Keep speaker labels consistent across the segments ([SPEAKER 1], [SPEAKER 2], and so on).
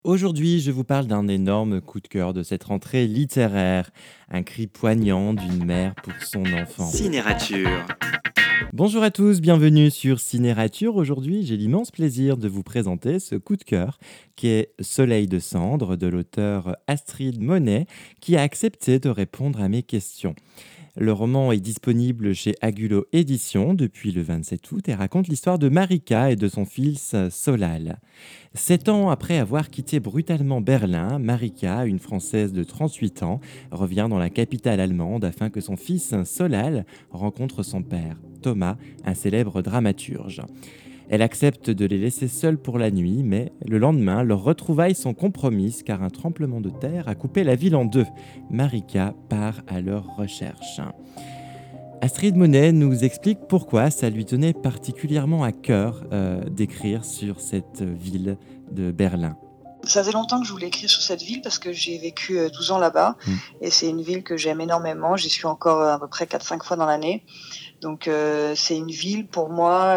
[SPEAKER 1] Aujourd'hui, je vous parle d'un énorme coup de cœur de cette rentrée littéraire, un cri poignant d'une mère pour son enfant.
[SPEAKER 2] Cinérature.
[SPEAKER 1] Bonjour à tous, bienvenue sur Cinérature. Aujourd'hui, j'ai l'immense plaisir de vous présenter ce coup de cœur qui est Soleil de cendre de l'auteur Astrid Monet qui a accepté de répondre à mes questions. Le roman est disponible chez Agulot Éditions depuis le 27 août et raconte l'histoire de Marika et de son fils Solal. 7 ans après avoir quitté brutalement Berlin, Marika, une Française de 38 ans, revient dans la capitale allemande afin que son fils Solal rencontre son père, Thomas, un célèbre dramaturge. Elle accepte de les laisser seuls pour la nuit, mais le lendemain, leurs retrouvailles sont compromises car un tremblement de terre a coupé la ville en deux. Marika part à leur recherche. Astrid Monet nous explique pourquoi ça lui tenait particulièrement à cœur d'écrire sur cette ville de Berlin.
[SPEAKER 3] Ça faisait longtemps que je voulais écrire sur cette ville parce que j'ai vécu 12 ans là-bas
[SPEAKER 1] Mm.
[SPEAKER 3] et c'est une ville que j'aime énormément. J'y suis encore à peu près 4-5 fois dans l'année. Donc c'est une ville pour moi.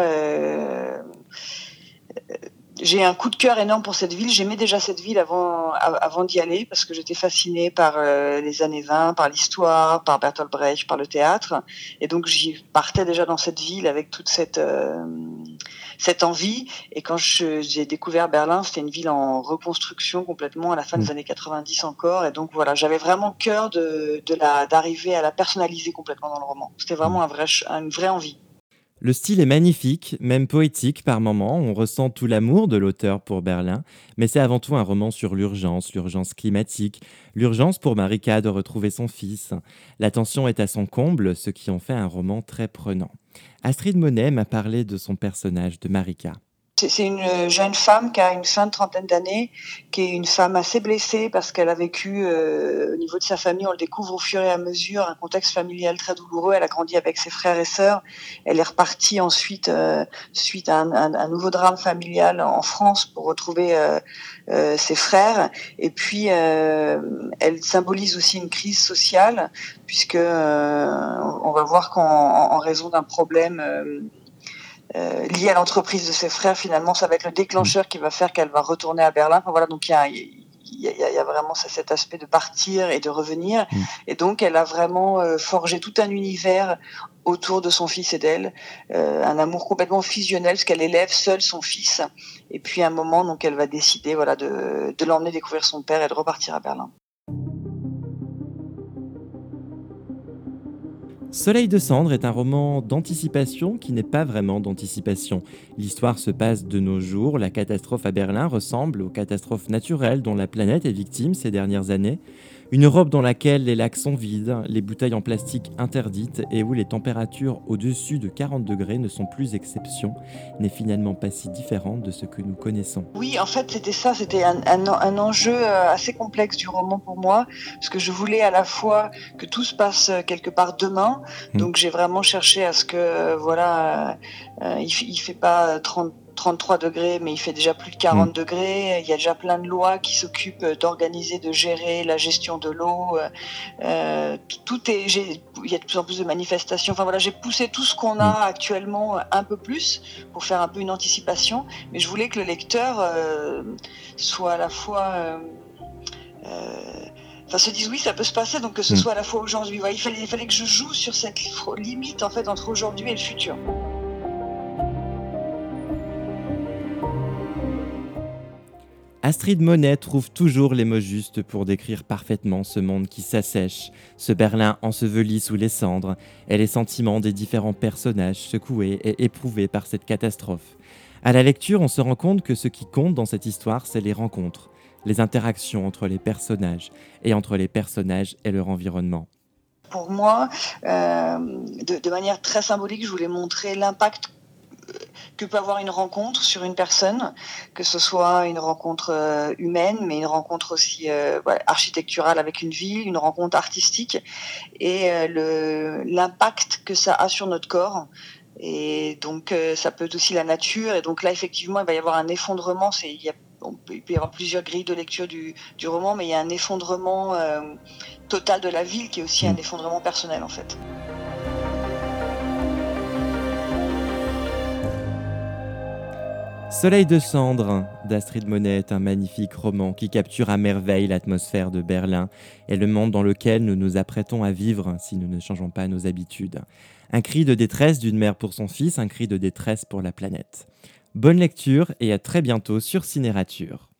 [SPEAKER 3] J'ai un coup de cœur énorme pour cette ville. J'aimais déjà cette ville avant d'y aller parce que j'étais fascinée par les années 20, par l'histoire, par Bertolt Brecht, par le théâtre. Et donc j'y partais déjà dans cette ville avec toute cette envie. Et quand j'ai découvert Berlin, c'était une ville en reconstruction complètement à la fin
[SPEAKER 1] Mm.
[SPEAKER 3] des années 90 encore. Et donc voilà, j'avais vraiment cœur d'arriver à la personnaliser complètement dans le roman. C'était
[SPEAKER 1] Mm.
[SPEAKER 3] vraiment une vraie envie.
[SPEAKER 1] Le style est magnifique, même poétique par moments. On ressent tout l'amour de l'auteur pour Berlin, mais c'est avant tout un roman sur l'urgence climatique, l'urgence pour Marika de retrouver son fils. La tension est à son comble, ce qui en fait un roman très prenant. Astrid Monet m'a parlé de son personnage, de Marika.
[SPEAKER 3] C'est une jeune femme qui a une fin de trentaine d'années, qui est une femme assez blessée parce qu'elle a vécu, au niveau de sa famille, on le découvre au fur et à mesure, un contexte familial très douloureux. Elle a grandi avec ses frères et sœurs. Elle est repartie ensuite, suite à un nouveau drame familial en France pour retrouver, ses frères. Et puis, elle symbolise aussi une crise sociale puisque, on va voir qu'en raison d'un problème, liée à l'entreprise de ses frères, finalement, ça va être le
[SPEAKER 1] Mm.
[SPEAKER 3] déclencheur qui va faire qu'elle va retourner à Berlin. Enfin, voilà, donc il y a vraiment cet aspect de partir et de revenir.
[SPEAKER 1] Mm.
[SPEAKER 3] Et donc, elle a vraiment forgé tout un univers autour de son fils et d'elle, un amour complètement fusionnel, parce qu'elle élève seule son fils. Et puis, à un moment, donc, elle va décider, voilà, de l'emmener découvrir son père et de repartir à Berlin.
[SPEAKER 1] Soleil de cendre est un roman d'anticipation qui n'est pas vraiment d'anticipation. L'histoire se passe de nos jours, la catastrophe à Berlin ressemble aux catastrophes naturelles dont la planète est victime ces dernières années. Une Europe dans laquelle les lacs sont vides, les bouteilles en plastique interdites et où les températures au-dessus de 40 degrés ne sont plus exception, n'est finalement pas si différente de ce que nous connaissons.
[SPEAKER 3] Oui, en fait, c'était ça, c'était un enjeu assez complexe du roman pour moi, parce que je voulais à la fois que tout se passe quelque part demain,
[SPEAKER 1] Mm.
[SPEAKER 3] donc j'ai vraiment cherché à ce que, voilà, il fait pas 33 degrés, mais il fait déjà plus de
[SPEAKER 1] Mm.
[SPEAKER 3] 40 degrés. Il y a déjà plein de lois qui s'occupent d'organiser, de gérer la gestion de l'eau. Il y a de plus en plus de manifestations. Enfin voilà, j'ai poussé tout ce qu'on
[SPEAKER 1] Mm.
[SPEAKER 3] a actuellement un peu plus pour faire un peu une anticipation, mais je voulais que le lecteur soit à la fois, enfin se dise oui, ça peut se passer, donc que ce
[SPEAKER 1] Mm.
[SPEAKER 3] soit à la fois aujourd'hui. Ouais, il fallait que je joue sur cette limite en fait entre aujourd'hui et le futur.
[SPEAKER 1] Astrid Monet trouve toujours les mots justes pour décrire parfaitement ce monde qui s'assèche, ce Berlin enseveli sous les cendres, et les sentiments des différents personnages secoués et éprouvés par cette catastrophe. À la lecture, on se rend compte que ce qui compte dans cette histoire, c'est les rencontres, les interactions entre les personnages, et entre les personnages et leur environnement.
[SPEAKER 3] Pour moi, de manière très symbolique, je voulais montrer l'impact que peut avoir une rencontre sur une personne, que ce soit une rencontre humaine, mais une rencontre aussi voilà, architecturale avec une ville, une rencontre artistique, et l'impact que ça a sur notre corps. Et donc ça peut être aussi la nature. Et donc là, effectivement, il va y avoir un effondrement. Il peut y avoir plusieurs grilles de lecture du roman, mais il y a un effondrement total de la ville qui est aussi un
[SPEAKER 1] Mm.
[SPEAKER 3] effondrement personnel en fait.
[SPEAKER 1] Soleil de cendre d'Astrid Monet est un magnifique roman qui capture à merveille l'atmosphère de Berlin et le monde dans lequel nous nous apprêtons à vivre si nous ne changeons pas nos habitudes. Un cri de détresse d'une mère pour son fils, un cri de détresse pour la planète. Bonne lecture et à très bientôt sur Cinérature.